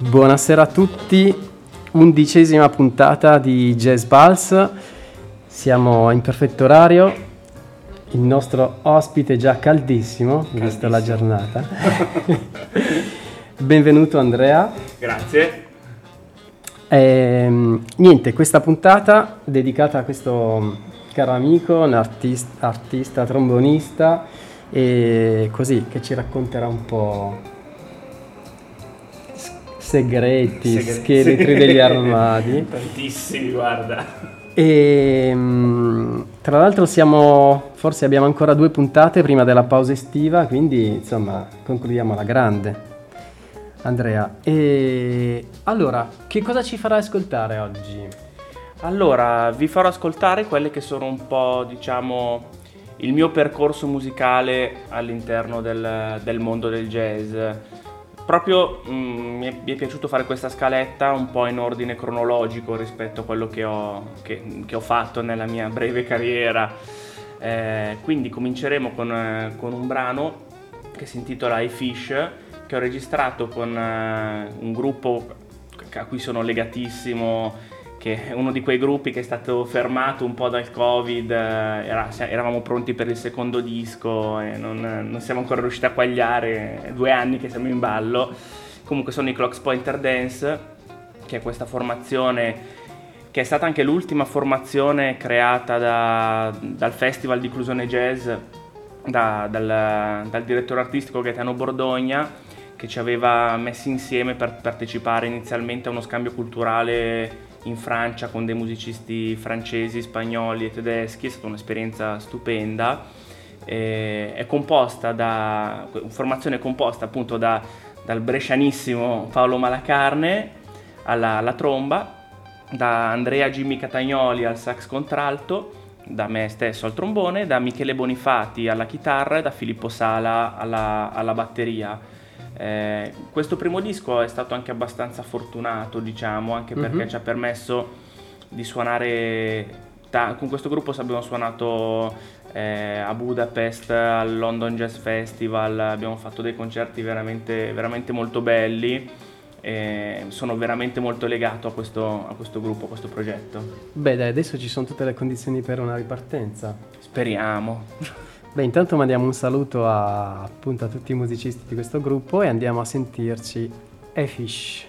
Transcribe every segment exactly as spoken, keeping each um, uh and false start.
Buonasera a tutti, undicesima puntata di Jazz Pulse, siamo in perfetto orario, il nostro ospite è già caldissimo, vista la giornata. Benvenuto Andrea. Grazie. E, niente, questa puntata dedicata a questo caro amico, un artista, artista trombonista, e così che ci racconterà un po' segreti, Segreti. scheletri degli armadi. Tantissimi, guarda. E tra l'altro siamo, forse abbiamo ancora due puntate prima della pausa estiva, quindi insomma concludiamo alla grande. Andrea, e allora che cosa ci farai ascoltare oggi? Allora, vi farò ascoltare quelle che sono un po', diciamo, il mio percorso musicale all'interno del, del mondo del jazz. Proprio mh, mi, è, mi è piaciuto fare questa scaletta un po' in ordine cronologico rispetto a quello che ho, che, che ho fatto nella mia breve carriera. Eh, quindi cominceremo con, eh, con un brano che si intitola I Fish, che ho registrato con uh, un gruppo a cui sono legatissimo, che è uno di quei gruppi che è stato fermato un po' dal Covid. Era, eravamo pronti per il secondo disco e non, non siamo ancora riusciti a quagliare, è due anni che siamo in ballo. Comunque sono i Clocks Pointer Dance, che è questa formazione che è stata anche l'ultima formazione creata da, dal Festival di Clusone Jazz, da, dal, dal direttore artistico Gaetano Bordogna, che ci aveva messi insieme per partecipare inizialmente a uno scambio culturale in Francia con dei musicisti francesi, spagnoli e tedeschi. È stata un'esperienza stupenda. E è composta da, formazione composta appunto da, dal brescianissimo Paolo Malacarne alla, alla tromba, da Andrea Jimmy Catagnoli al sax contralto, da me stesso al trombone, da Michele Bonifati alla chitarra e da Filippo Sala alla, alla batteria. Eh, questo primo disco è stato anche abbastanza fortunato, diciamo, anche perché mm-hmm. ci ha permesso di suonare ta- con questo gruppo abbiamo suonato eh, a Budapest, al London Jazz Festival, abbiamo fatto dei concerti veramente, veramente molto belli. E sono veramente molto legato a questo, a questo gruppo, a questo progetto. Beh dai, adesso ci sono tutte le condizioni per una ripartenza. Speriamo. Beh, intanto mandiamo un saluto a, appunto, a tutti i musicisti di questo gruppo e andiamo a sentirci I Fish.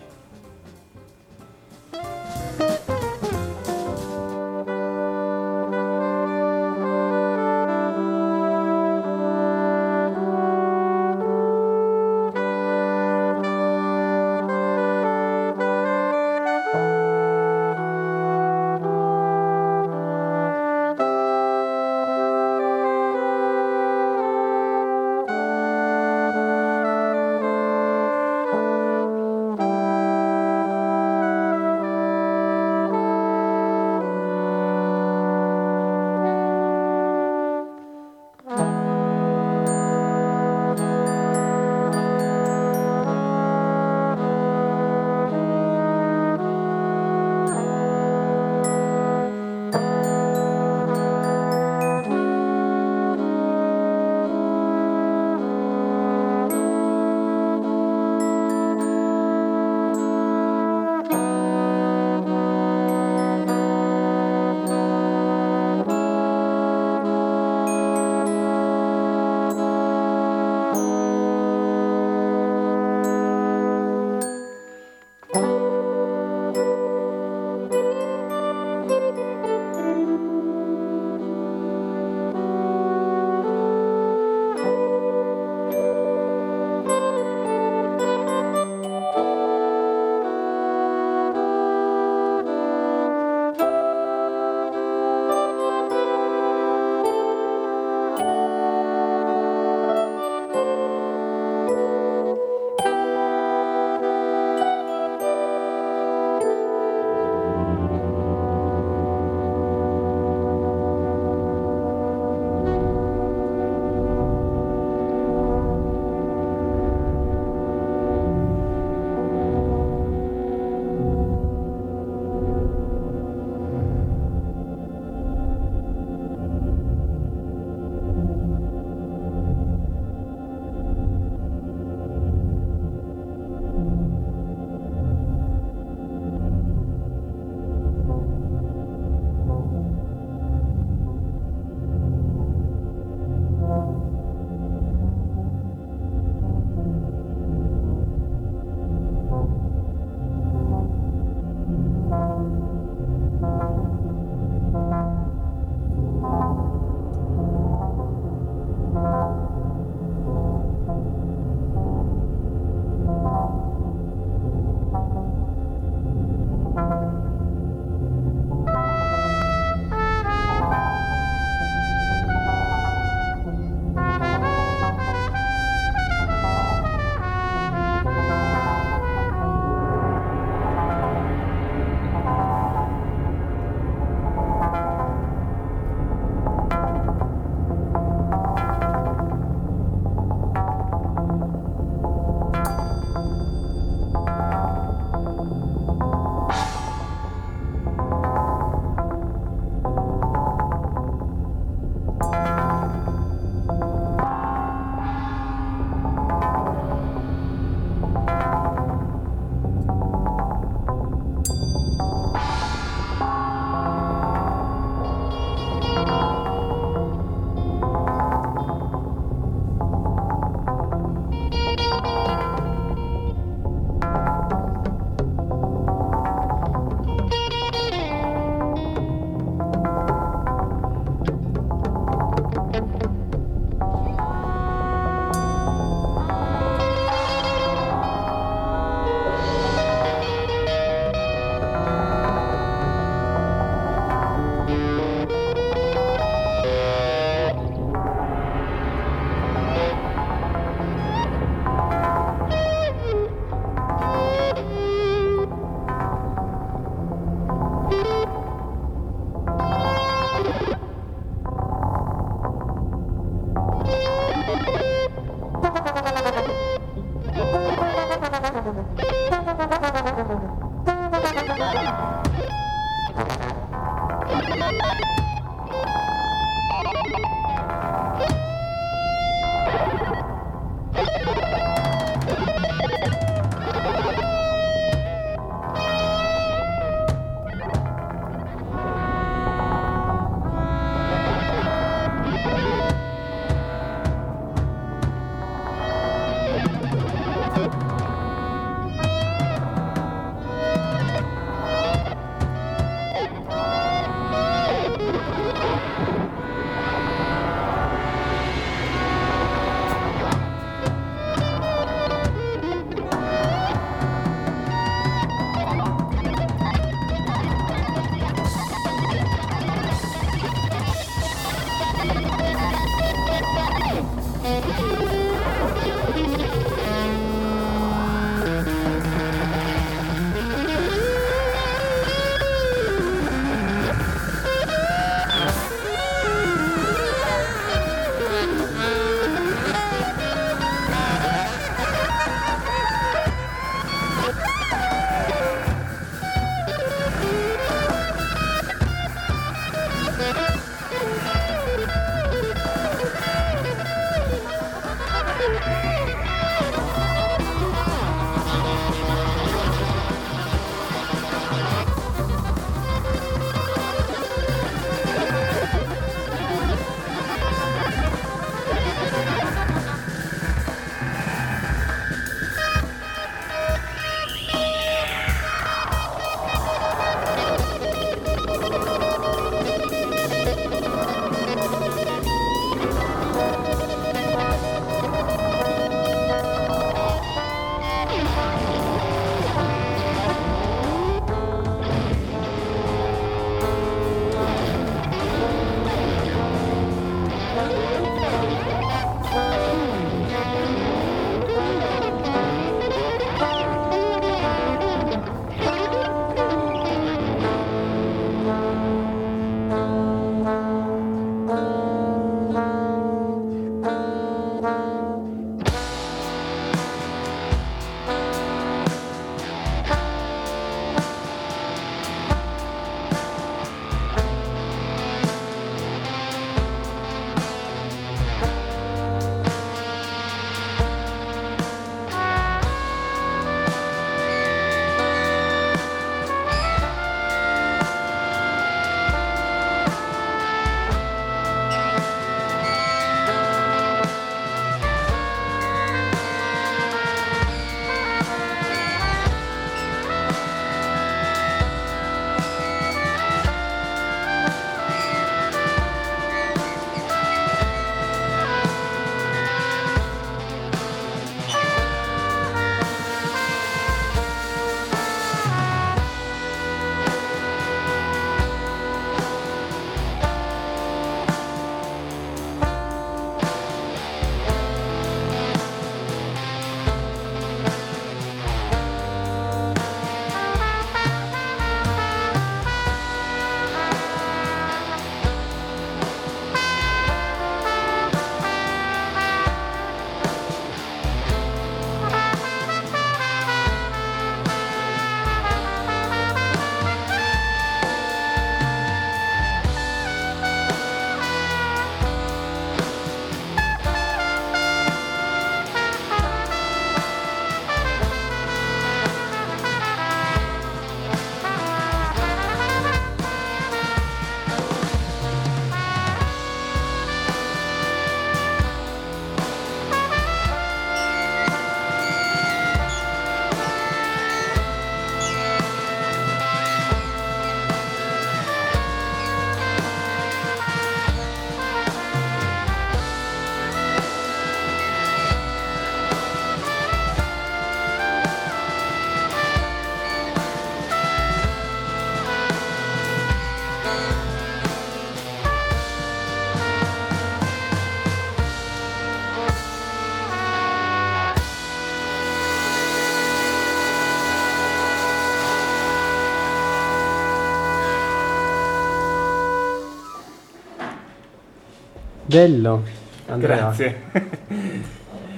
Bello, Andrea. Grazie.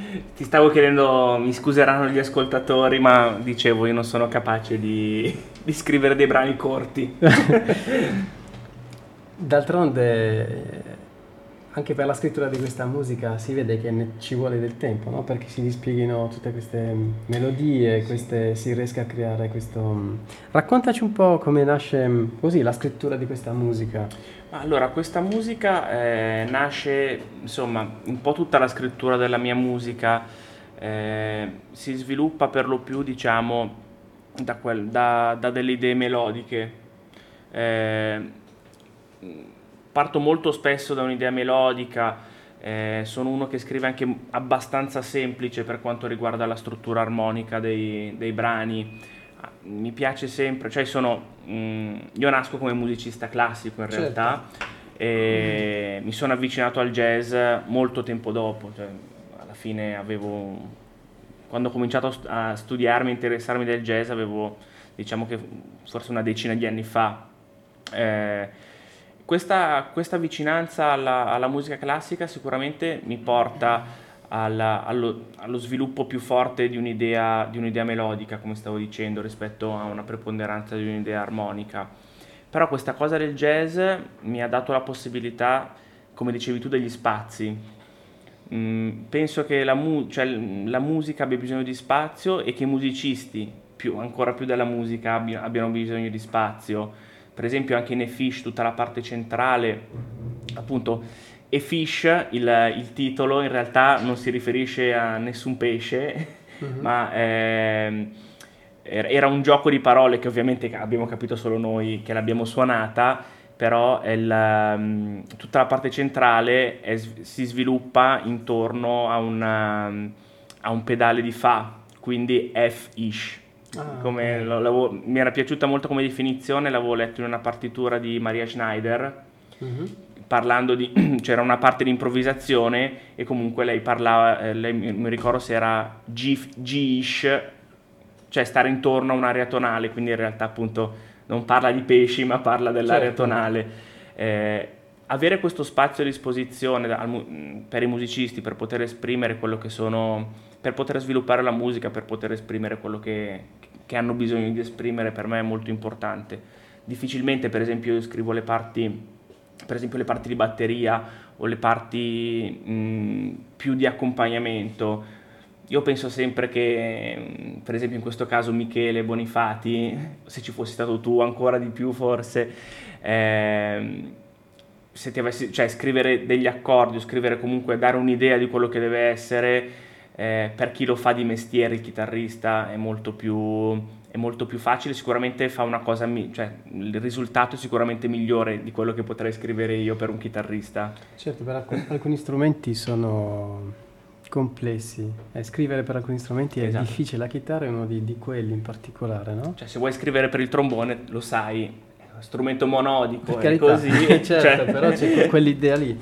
ti stavo chiedendo, mi scuseranno gli ascoltatori, ma dicevo, io non sono capace di, di scrivere dei brani corti. D'altronde, anche per la scrittura di questa musica si vede che ne ci vuole del tempo, no? Perché si dispieghino tutte queste melodie, queste, si riesca a creare questo... Raccontaci un po' come nasce così la scrittura di questa musica. Allora, questa musica eh, nasce, insomma, un po' tutta la scrittura della mia musica eh, si sviluppa per lo più, diciamo, da, quel, da, da delle idee melodiche. Eh, parto molto spesso da un'idea melodica, eh, sono uno che scrive anche abbastanza semplice per quanto riguarda la struttura armonica dei, dei brani. Mi piace sempre, cioè sono, mh, io nasco come musicista classico in realtà, certo. E mm. mi sono avvicinato al jazz molto tempo dopo, cioè alla fine avevo, quando ho cominciato a studiarmi, a interessarmi del jazz, avevo, diciamo che forse una decina di anni fa. Eh, questa, questa vicinanza alla, alla musica classica sicuramente mi porta Alla, allo, allo sviluppo più forte di un'idea, di un'idea melodica, come stavo dicendo, rispetto a una preponderanza di un'idea armonica. Però questa cosa del jazz mi ha dato la possibilità, come dicevi tu, degli spazi. Mm, penso che la, mu- cioè, la musica abbia bisogno di spazio e che i musicisti, più, ancora più della musica, abbi- abbiano bisogno di spazio. Per esempio anche in A Fish, tutta la parte centrale, appunto, e fish, il, il titolo, in realtà non si riferisce a nessun pesce, uh-huh. ma eh, era un gioco di parole che ovviamente abbiamo capito solo noi che l'abbiamo suonata, però il, um, tutta la parte centrale è, si sviluppa intorno a, una, a un pedale di fa, quindi F-ish. Ah, come okay. lo, lo, mi era piaciuta molto come definizione, l'avevo letto in una partitura di Maria Schneider, uh-huh. parlando di, c'era una parte di improvvisazione e comunque lei parlava, eh, lei mi ricordo se era G-ish, cioè stare intorno a un'area tonale, quindi in realtà appunto non parla di pesci ma parla dell'area certo. tonale. Eh, avere questo spazio a disposizione da, al, per i musicisti per poter esprimere quello che sono, per poter sviluppare la musica, per poter esprimere quello che, che hanno bisogno di esprimere, per me è molto importante. Difficilmente, per esempio, io scrivo le parti per esempio le parti di batteria o le parti mh, più di accompagnamento. Io penso sempre che, per esempio in questo caso Michele Bonifati, se ci fossi stato tu ancora di più forse, eh, se ti avessi, cioè scrivere degli accordi o scrivere comunque, dare un'idea di quello che deve essere, eh, per chi lo fa di mestiere, il chitarrista, è molto più... è molto più facile, sicuramente fa una cosa, cioè il risultato è sicuramente migliore di quello che potrei scrivere io per un chitarrista. Certo, per alc- alcuni strumenti sono complessi, eh, scrivere per alcuni strumenti è esatto. difficile, la chitarra è uno di, di quelli in particolare, no? Cioè se vuoi scrivere per il trombone, lo sai, è uno strumento monodico, per è così. certo, cioè... però c'è quell'idea lì.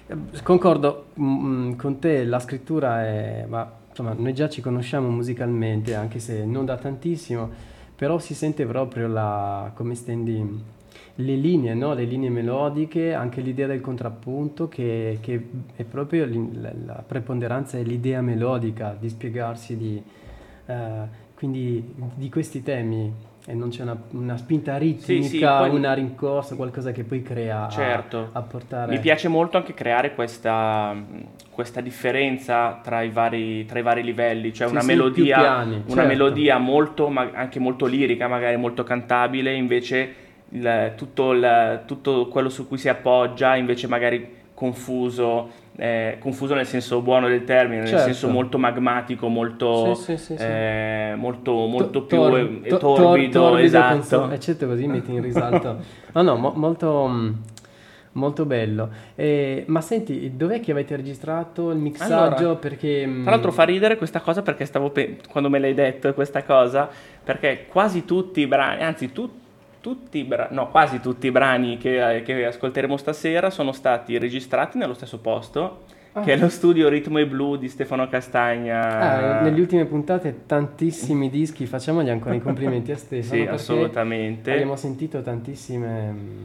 Concordo mh, con te, la scrittura è... ma insomma, noi già ci conosciamo musicalmente, anche se non da tantissimo, però si sente proprio la, come stendi, le linee, no? Le linee melodiche, anche l'idea del contrappunto, che, che è proprio la, la preponderanza è l'idea melodica, di spiegarsi di, uh, quindi di questi temi. E non c'è una, una spinta ritmica, sì, sì, poi... una rincorsa, qualcosa che poi crea certo. a, a portare... Mi piace molto anche creare questa, questa differenza tra i vari, tra i vari livelli, cioè sì, una, sì, melodia, piani, una certo. melodia molto, ma anche molto lirica, magari molto cantabile, invece il, tutto, il, tutto quello su cui si appoggia, invece magari confuso, eh, confuso nel senso buono del termine, certo. nel senso molto magmatico, molto, sì, sì, sì, eh, sì. molto, molto to- più tor- eh, to- torbido, torbido, esatto. Eccetto, così metti in risalto. No, no, mo- molto, molto bello. Eh, ma senti, dov'è che avete registrato il mixaggio? Allora, perché tra l'altro fa ridere questa cosa perché stavo pe- quando me l'hai detto questa cosa, perché quasi tutti i brani, anzi tutti Tutti i bra- no, quasi tutti i brani che, che ascolteremo stasera sono stati registrati nello stesso posto, ah. che è lo studio Ritmo e Blu di Stefano Castagna. Ah, nelle ultime puntate tantissimi dischi, facciamogli ancora i complimenti a Stefano. Sì, assolutamente. Abbiamo sentito tantissime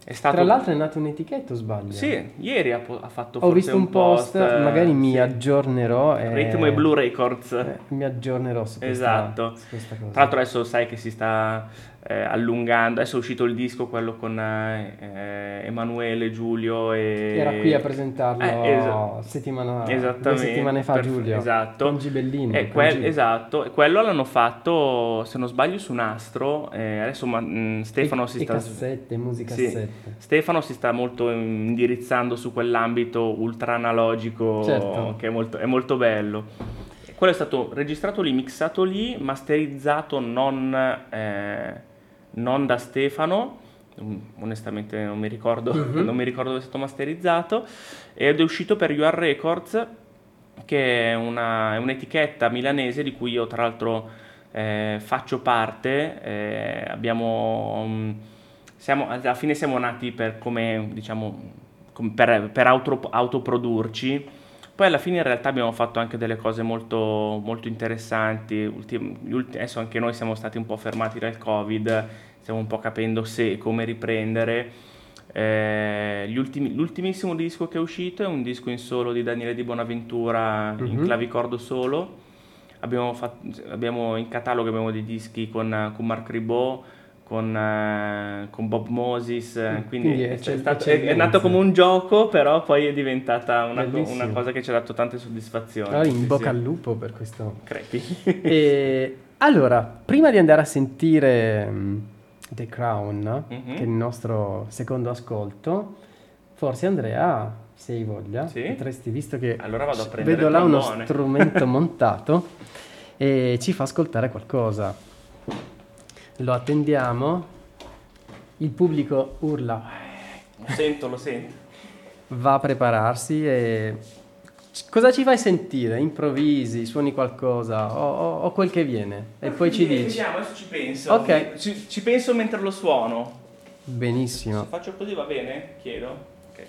È stato... Tra l'altro è nata un'etichetta, o sbaglio? Sì, ieri ha, po- ha fatto Ho forse visto un post, post, magari mi sì. aggiornerò. E... Ritmo e Blue Records. Eh, mi aggiornerò su questa, Esatto. su questa cosa. Tra l'altro adesso sai che si sta eh, allungando, adesso è uscito il disco, quello con eh, Emanuele, Giulio e... Era qui a presentarlo Eh, esa- settimana, due Esattamente, settimane fa, perf- Giulio. esatto. Con Gibellini. E con quel- Gib- esatto, e quello l'hanno fatto, se non sbaglio, su Nastro. eh, adesso ma- mh, Stefano e, si e sta... cassette, musica Sì, cassette. Stefano si sta molto indirizzando su quell'ambito ultra analogico, Certo. che è molto, è molto bello. Quello è stato registrato lì, mixato lì, masterizzato non, eh, non da Stefano, mm, onestamente non mi ricordo, Mhm. non mi ricordo dove è stato masterizzato, ed è uscito per U R Records, che è una- è un'etichetta milanese di cui io tra l'altro eh, faccio parte. eh, abbiamo, mm, siamo, alla fine siamo nati per, come, diciamo, com- per, per auto- autoprodurci. Poi alla fine in realtà abbiamo fatto anche delle cose molto, molto interessanti. Ultim- gli ulti- adesso anche noi siamo stati un po' fermati dal Covid, stiamo un po' capendo se e come riprendere. Eh, gli ultimi- l'ultimissimo disco che è uscito è un disco in solo di Daniele Di Bonaventura in Mhm. clavicordo solo. Abbiamo, fat- abbiamo in catalogo abbiamo dei dischi con, con Marc Ribot, con, eh, con Bob Moses, eh, Mm, quindi quindi è, ecce- stato- è- è eccellenza. nato come un gioco, però poi è diventata una, co- Bellissimo. una cosa che ci ha dato tante soddisfazioni. Allora, in Sì, bocca sì. al lupo per questo. Crepi. E allora, prima di andare a sentire mm, The Crown, Mhm. che è il nostro secondo ascolto, forse Andrea, se hai voglia, Sì. potresti, visto che Allora vado a prendere vedo il là uno trombone. strumento montato, e ci fa ascoltare qualcosa. Lo attendiamo, il pubblico urla, Lo sento, lo sento. va a prepararsi e... Cosa ci fai sentire? Improvvisi, suoni qualcosa o, o- o quel che viene e poi ci Vediamo, dici. Vediamo, adesso ci penso. Ok. Ci, ci penso mentre lo suono. Se Benissimo. faccio così va bene? Chiedo. Ok.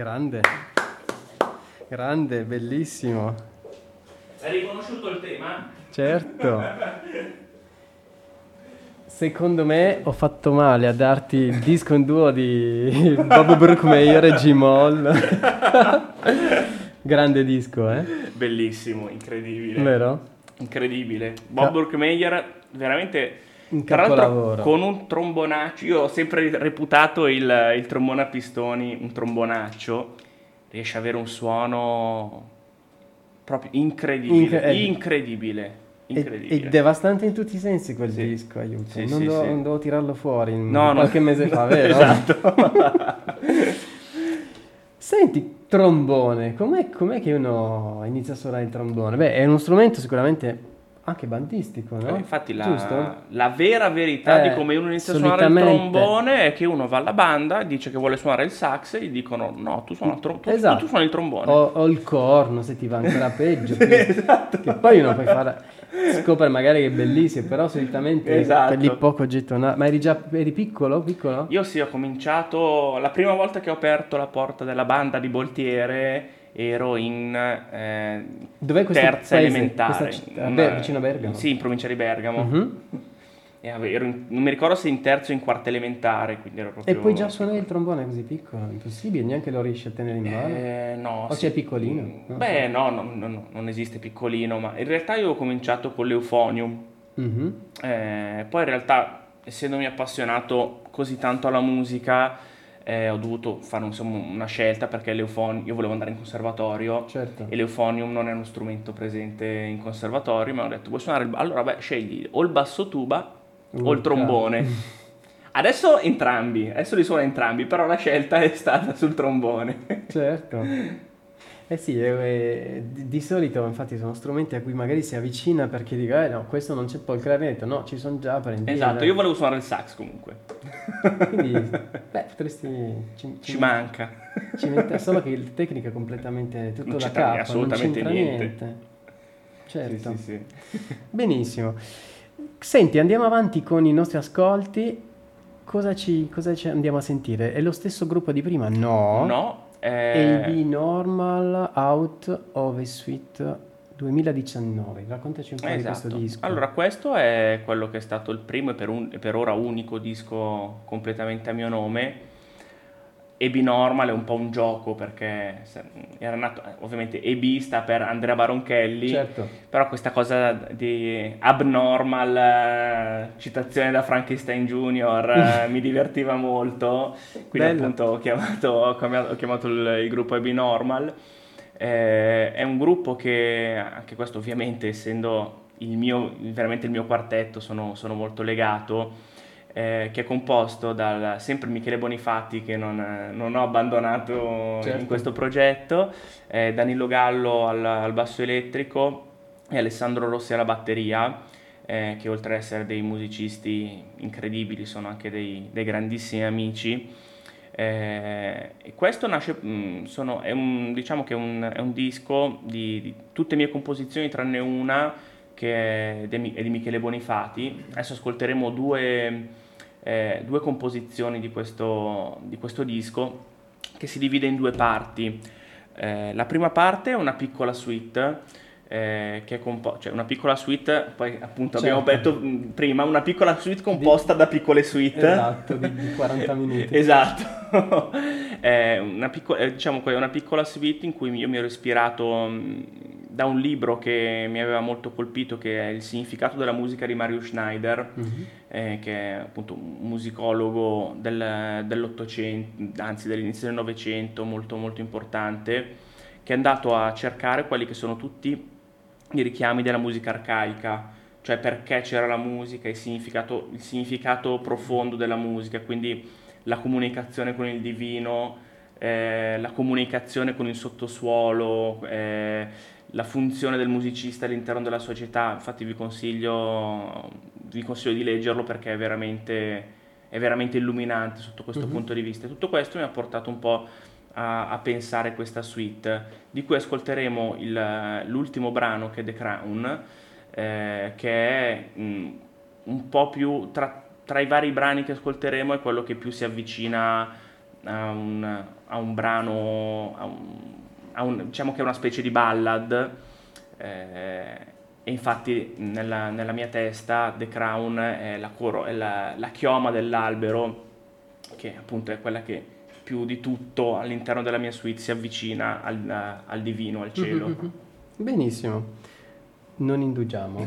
grande, grande, bellissimo. Hai riconosciuto il tema? Certo. Secondo me ho fatto male a darti il disco in duo di Bob Brookmeyer e G-Moll. Grande disco, eh? Bellissimo, incredibile. Vero? Incredibile. Bob Ca- Brookmeyer veramente un tra l'altro capolavoro. Con un trombonaccio. Io ho sempre reputato il, il trombone a pistoni un trombonaccio. Riesce ad avere un suono proprio incredibile. Incre- incredibile. È devastante in tutti i sensi quel sì. disco, aiuto. Sì, non, sì, do, sì. non devo tirarlo fuori in no, qualche no. mese fa, vero? Esatto. Senti, trombone, com'è, com'è che uno inizia a suonare il trombone? Beh, è uno strumento sicuramente anche bandistico, no? Eh, infatti la, la vera verità eh, di come uno inizia a suonare il trombone è che uno va alla banda, dice che vuole suonare il sax e gli dicono no, tu suoni il, trom- tu, esatto. tu, tu suoni il trombone. O, o il corno, se ti va ancora peggio. Sì, esatto. Che poi uno puoi fare... Scopre magari che è bellissimo, però solitamente esatto. quelli poco gettonati. Ma eri già eri piccolo? piccolo? Io sì, ho cominciato la prima volta che ho aperto la porta della banda di Boltiere, ero in eh, Dov'è questo terza paese, elementare, città, una, vicino a Bergamo? Sì, in provincia di Bergamo. Uh-huh. E ero in, non mi ricordo se in terzo o in quarta elementare, quindi ero proprio... E poi già suonare il trombone così piccolo, impossibile, neanche lo riesci a tenere in mano? Eh, no. O sì. c'è piccolino? Non Beh, so. no, no, no, no, non esiste piccolino, ma in realtà io ho cominciato con l'Euphonium. Uh-huh. Eh, poi in realtà, essendomi appassionato così tanto alla musica, eh, ho dovuto fare insomma, una scelta, perché l'Euphonium, io volevo andare in conservatorio, certo. E l'Euphonium non è uno strumento presente in conservatorio, ma ho detto vuoi suonare il... Allora beh, scegli o il basso tuba uh, o il trombone. Adesso entrambi, adesso li suono entrambi, però la scelta è stata sul trombone. Certo. Eh sì, eh, di, di solito infatti sono strumenti a cui magari si avvicina perché dico, eh no, questo non c'è poi il clarinetto, no, ci sono già, prendi. Esatto, io volevo suonare il sax comunque. Quindi, beh, potresti... Ci, ci, ci manca. Ci mette, solo che il tecnica è completamente tutto non da c'entra capo, assolutamente non c'entra niente. niente. Certo. Sì, sì, sì. Benissimo. Senti, andiamo avanti con i nostri ascolti. Cosa ci, cosa ci andiamo a sentire? È lo stesso gruppo di prima? No. No. Eh... A B Normal Out of a Suite duemiladiciannove. Raccontaci un po' esatto. di questo disco. Allora, questo è quello che è stato il primo e per, un, e per ora unico disco completamente a mio nome. A B Normal è un po' un gioco, perché era nato, ovviamente A B sta per Andrea Baronchelli, certo. Però questa cosa di abnormal, citazione da Frankenstein Junior, mi divertiva molto, quindi Bello. appunto ho chiamato, ho chiamato, ho chiamato il, il gruppo A B Normal. Eh, è un gruppo che, anche questo ovviamente essendo il mio, veramente il mio quartetto, sono, sono molto legato. Eh, che è composto dal sempre Michele Bonifatti, che non, non ho abbandonato certo. in questo progetto, eh, Danilo Gallo al, al basso elettrico e Alessandro Rossi alla batteria, eh, che oltre ad essere dei musicisti incredibili sono anche dei, dei grandissimi amici. Eh, e questo nasce, mh, sono, è un, diciamo che è un, è un disco di, di tutte mie composizioni tranne una, che è di, è di Michele Bonifatti. Adesso ascolteremo due, eh, due composizioni di questo, di questo disco, che si divide in due parti. Eh, la prima parte è una piccola suite, eh, che è compo- cioè una piccola suite, poi appunto certo. abbiamo detto mh, prima, una piccola suite composta di, da piccole suite. Esatto, di, di quaranta minuti. Esatto. È una, picco- eh, diciamo, una piccola suite in cui io mi ero ispirato mh, da un libro che mi aveva molto colpito, che è Il significato della musica di Mario Schneider, mm-hmm. eh, che è appunto un musicologo del, dell'Ottocento, anzi dell'inizio del Novecento, molto molto importante, che è andato a cercare quelli che sono tutti i richiami della musica arcaica, cioè perché c'era la musica, il significato, il significato profondo della musica, quindi la comunicazione con il divino, eh, la comunicazione con il sottosuolo, eh, la funzione del musicista all'interno della società. Infatti vi consiglio, vi consiglio di leggerlo, perché è veramente, è veramente illuminante sotto questo mm-hmm. punto di vista. Tutto questo mi ha portato un po' a, a pensare questa suite, di cui ascolteremo il, l'ultimo brano, che è The Crown, eh, che è mh, un po' più tra, tra i vari brani che ascolteremo, è quello che più si avvicina a un, a un brano, a un, a un, diciamo che è una specie di ballad, eh, e infatti nella, nella mia testa The Crown è la, coro, è la, la chioma dell'albero, che appunto è quella che più di tutto all'interno della mia suite si avvicina al, al divino, al cielo. Benissimo, non indugiamo.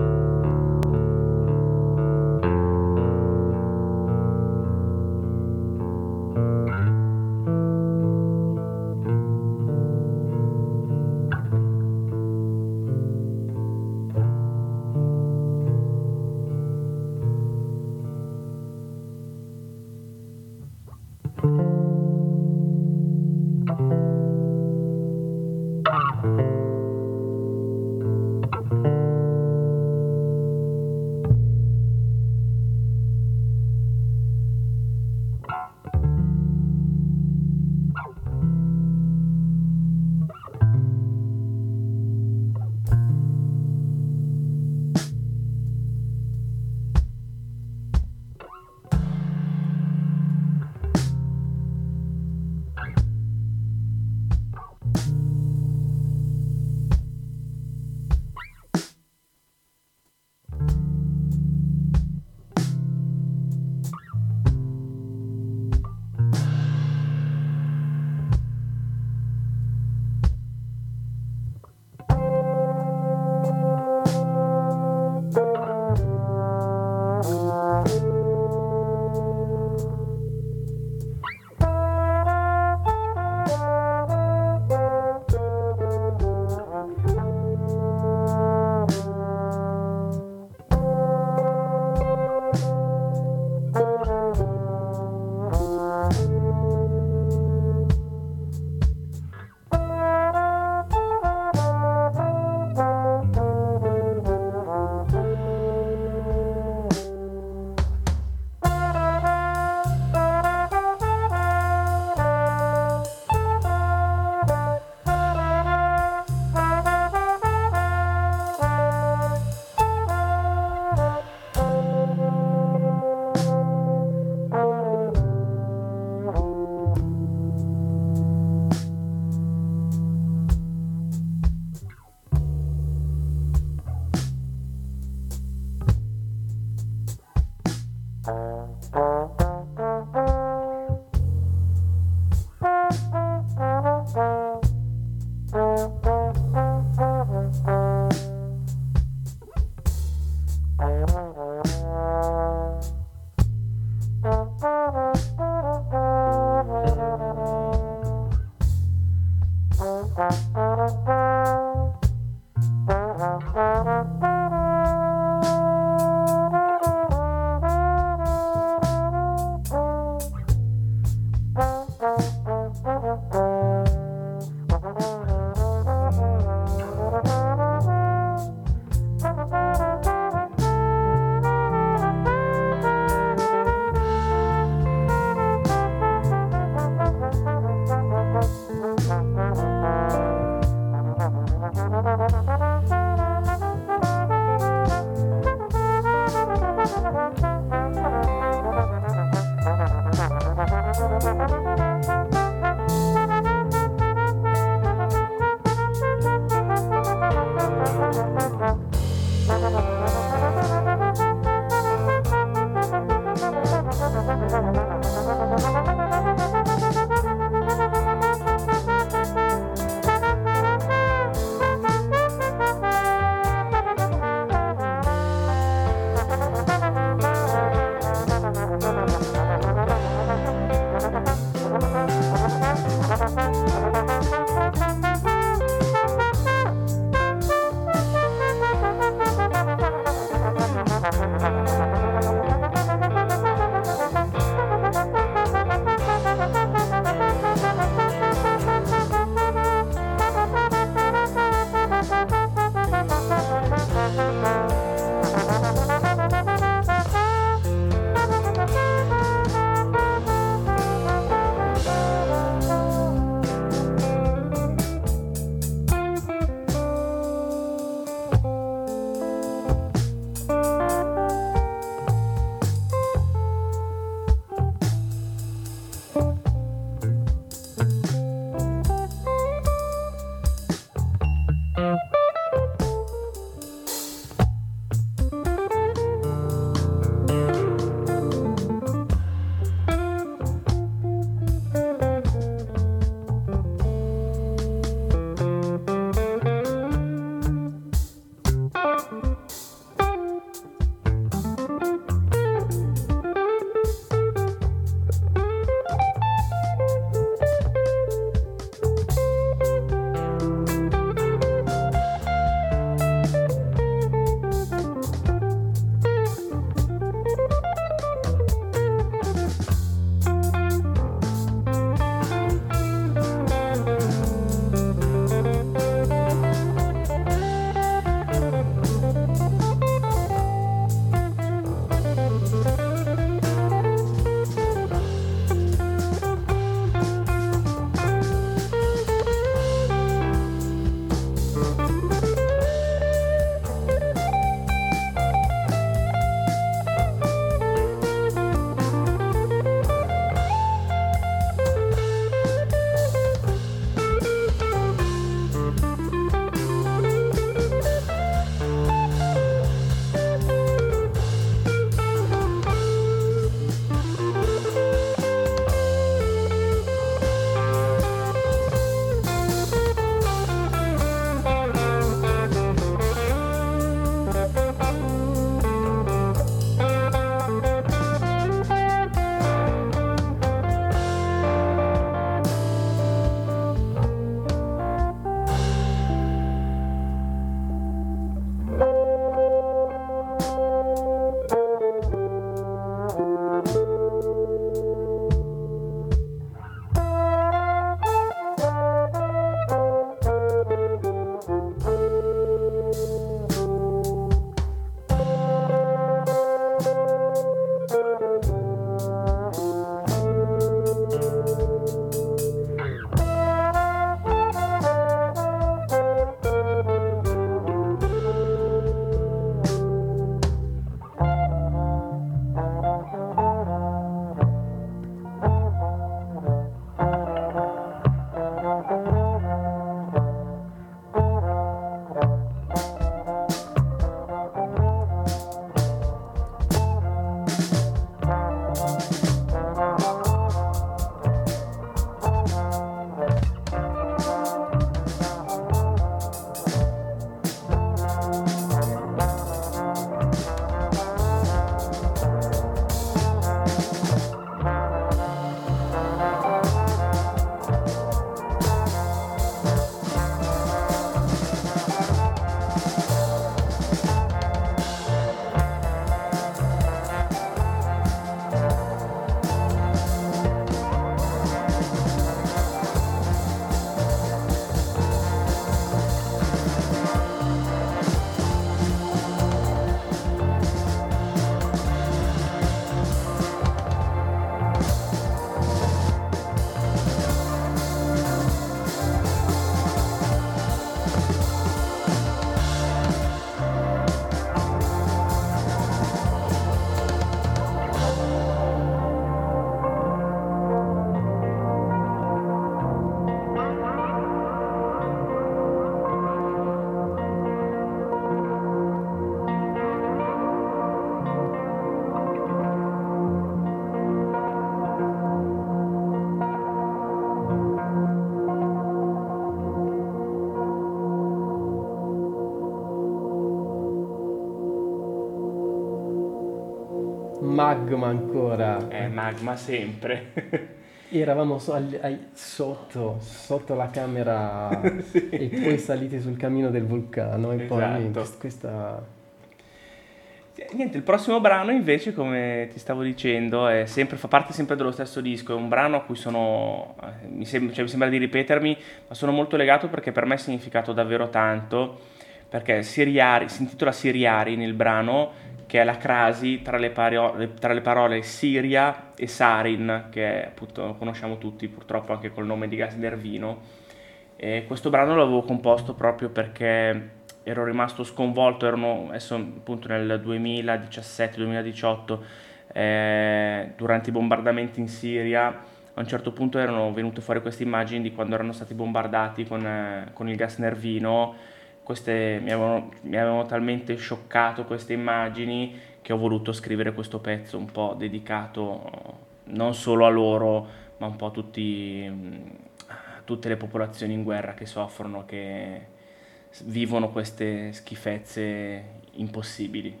Magma ancora. Eh, magma sempre. Eravamo so- al- ai- sotto, sotto la camera Sì. e poi saliti sul cammino del vulcano e poi Esatto. quest- questa... Niente, il prossimo brano invece, come ti stavo dicendo, è sempre, fa parte sempre dello stesso disco, è un brano a cui sono, eh, mi, sem- cioè, mi sembra di ripetermi, ma sono molto legato perché per me ha significato davvero tanto, perché Siriari, si intitola Siriari nel brano, che è la crasi tra le, paro- le- tra le parole Siria e Sarin, che appunto conosciamo tutti purtroppo anche col nome di gas nervino. E questo brano l'avevo composto proprio perché ero rimasto sconvolto, erano adesso appunto nel duemiladiciassette duemiladiciotto, eh, durante i bombardamenti in Siria. A un certo punto erano venute fuori queste immagini di quando erano stati bombardati con, eh, con il gas nervino. Queste mi avevano, mi avevano talmente scioccato queste immagini che ho voluto scrivere questo pezzo un po' dedicato non solo a loro, ma un po' a tutti, a tutte le popolazioni in guerra che soffrono, che vivono queste schifezze impossibili.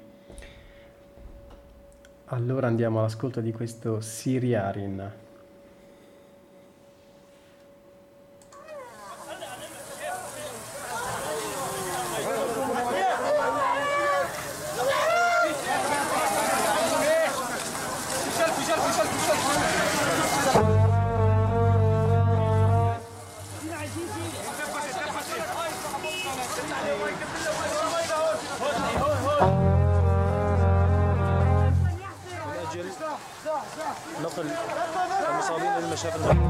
Allora andiamo all'ascolto di questo Siriarin. نقل المصابين إلى المشافي.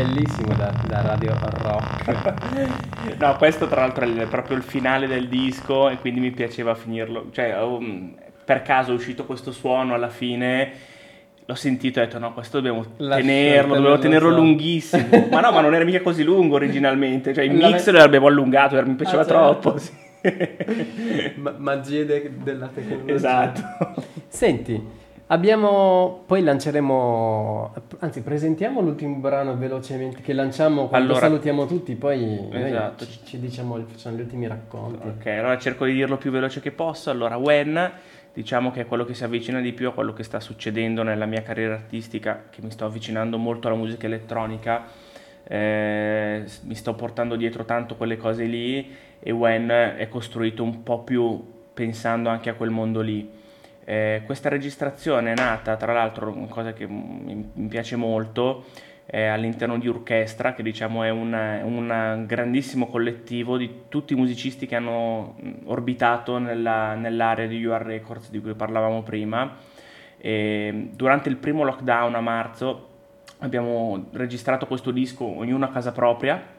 bellissimo da, da radio rock. No, questo tra l'altro è proprio il finale del disco e quindi mi piaceva finirlo. Cioè, um, per caso è uscito questo suono alla fine, l'ho sentito e ho detto no, questo dobbiamo La tenerlo, dobbiamo tenerlo so. lunghissimo. Ma no, ma non era mica così lungo originalmente. Cioè, il La mix me- l'abbiamo allungato, mi piaceva Ah, certo. troppo. Sì. Ma- magie de- della tecnologia. Esatto. Senti, abbiamo poi lanceremo, anzi presentiamo l'ultimo brano velocemente che lanciamo quando Allora- salutiamo tutti, poi noi Esatto. ci, ci diciamo, facciamo gli ultimi racconti. Ok, allora cerco di dirlo più veloce che posso. Allora, When, diciamo che è quello che si avvicina di più a quello che sta succedendo nella mia carriera artistica, che mi sto avvicinando molto alla musica elettronica, eh, mi sto portando dietro tanto quelle cose lì, e When è costruito un po' più pensando anche a quel mondo lì. Eh, questa registrazione è nata, tra l'altro, una cosa che mi, mi piace molto, eh, all'interno di Orchestra, che diciamo è un, un grandissimo collettivo di tutti i musicisti che hanno orbitato nella, nell'area di U R Records di cui parlavamo prima. E durante il primo lockdown a marzo abbiamo registrato questo disco ognuno a casa propria.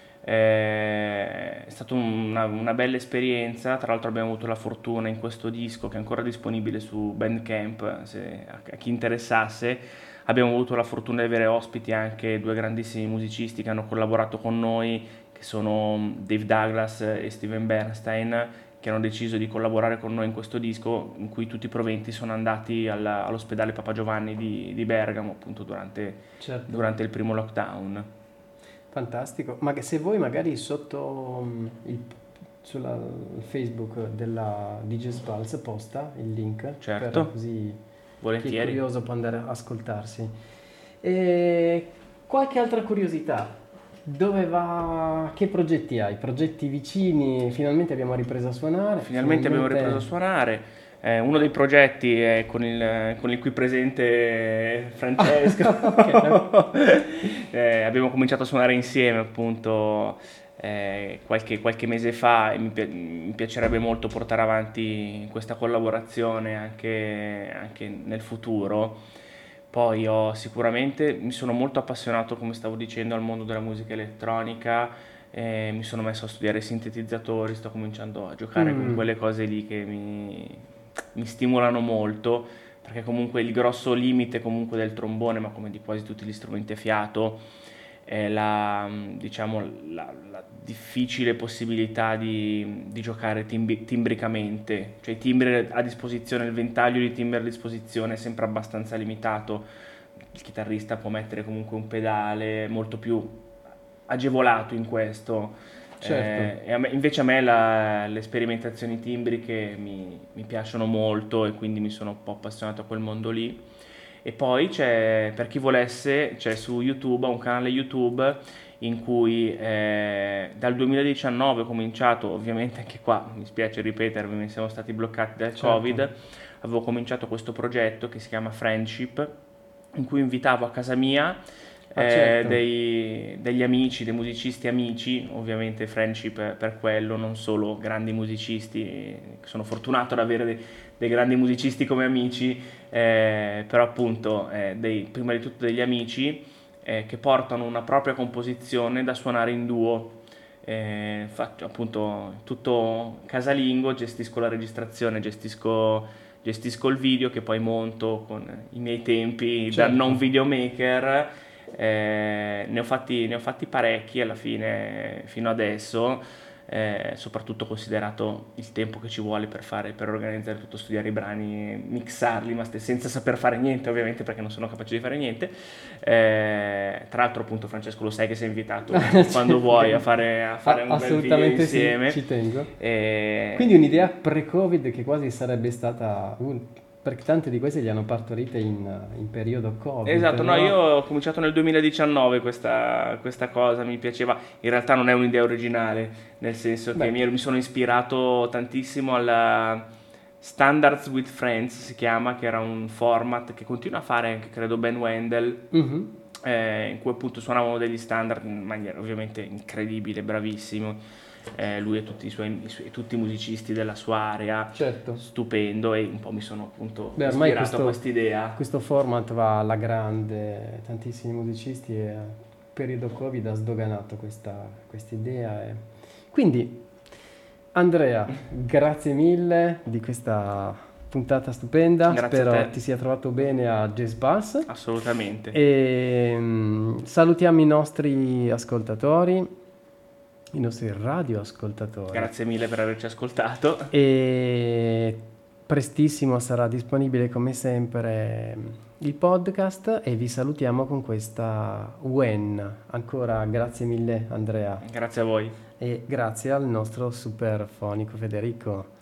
È stata una, una bella esperienza. Tra l'altro abbiamo avuto la fortuna in questo disco, che è ancora disponibile su Bandcamp, se a, a chi interessasse, abbiamo avuto la fortuna di avere ospiti anche due grandissimi musicisti che hanno collaborato con noi, che sono Dave Douglas e Steven Bernstein, che hanno deciso di collaborare con noi in questo disco, in cui tutti i proventi sono andati alla, all'ospedale Papa Giovanni di, di Bergamo, appunto durante, Certo. durante il primo lockdown. Fantastico, ma che se voi magari sotto um, il, sulla il Facebook della D J Sbalz posta il link, Certo. per così chi è Volentieri. curioso può andare a ascoltarsi. E qualche altra curiosità? Dove va? Che progetti hai? Progetti vicini? Finalmente abbiamo ripreso a suonare. Finalmente abbiamo ripreso a suonare. Eh, uno dei progetti è con il, con il qui presente Francesco. eh, abbiamo cominciato a suonare insieme appunto eh, qualche, qualche mese fa, e mi, pi- mi piacerebbe molto portare avanti questa collaborazione anche, anche nel futuro. Poi ho sicuramente, mi sono molto appassionato, come stavo dicendo, al mondo della musica elettronica. Eh, mi sono messo a studiare sintetizzatori, sto cominciando a giocare Mm. con quelle cose lì che mi, mi stimolano molto, perché comunque il grosso limite comunque del trombone, ma come di quasi tutti gli strumenti a fiato, è la, diciamo, la, la difficile possibilità di, di giocare timbi- timbricamente, cioè i timbri a disposizione, il ventaglio di timbri a disposizione è sempre abbastanza limitato. Il chitarrista può mettere comunque un pedale molto più agevolato in questo. Certo. Eh, e a me- invece a me la- le sperimentazioni timbriche mi, mi piacciono molto, e quindi mi sono un po' appassionato a quel mondo lì. E poi c'è, per chi volesse, c'è su YouTube, ho un canale YouTube in cui eh, dal duemiladiciannove ho cominciato, ovviamente anche qua mi spiace ripetermi, siamo stati bloccati dal Certo. Covid, avevo cominciato questo progetto che si chiama Friendship, in cui invitavo a casa mia Ah, eh, certo. dei- degli amici, dei musicisti amici, ovviamente Friendship è per quello, non solo grandi musicisti, sono fortunato ad avere dei, dei grandi musicisti come amici, eh, però appunto eh, dei, prima di tutto degli amici eh, che portano una propria composizione da suonare in duo. Eh, faccio appunto tutto casalingo, gestisco la registrazione, gestisco, gestisco il video che poi monto con i miei tempi Certo. da non videomaker. Eh, ne ho fatti, ne ho fatti parecchi alla fine fino adesso, eh, soprattutto considerato il tempo che ci vuole per fare, per organizzare tutto, studiare i brani, mixarli, ma st- senza saper fare niente ovviamente, perché non sono capace di fare niente. Eh, tra l'altro appunto Francesco, lo sai che sei invitato quando vuoi a fare, a fare un bel video Assolutamente sì, insieme. ci tengo. Eh, Quindi un'idea pre-Covid che quasi sarebbe stata, un- perché tante di queste le hanno partorite in, in periodo Covid. Esatto, no, no? io ho cominciato nel duemiladiciannove questa, questa cosa, mi piaceva, in realtà non è un'idea originale, nel senso che Beh. mi, mi sono ispirato tantissimo alla Standards with Friends, si chiama, che era un format che continua a fare anche, credo, Ben Wendell, Mhm. eh, in cui appunto suonavano degli standard in maniera ovviamente incredibile, bravissimo. Eh, lui e tutti i suoi, i suoi- tutti i musicisti della sua area, Certo. stupendo, e un po' mi sono appunto Beh, ormai ispirato questo- a quest'idea. Questo format va alla grande, tantissimi musicisti e periodo Covid ha sdoganato questa idea. E... Quindi, Andrea, grazie mille di questa puntata stupenda. Grazie Spero a te. ti sia trovato bene a Jazz Pulse. Assolutamente. E um, salutiamo i nostri ascoltatori, i nostri radioascoltatori. Grazie mille per averci ascoltato. E prestissimo sarà disponibile come sempre il podcast e vi salutiamo con questa When. Ancora grazie mille Andrea. Grazie a voi. E grazie al nostro superfonico Federico.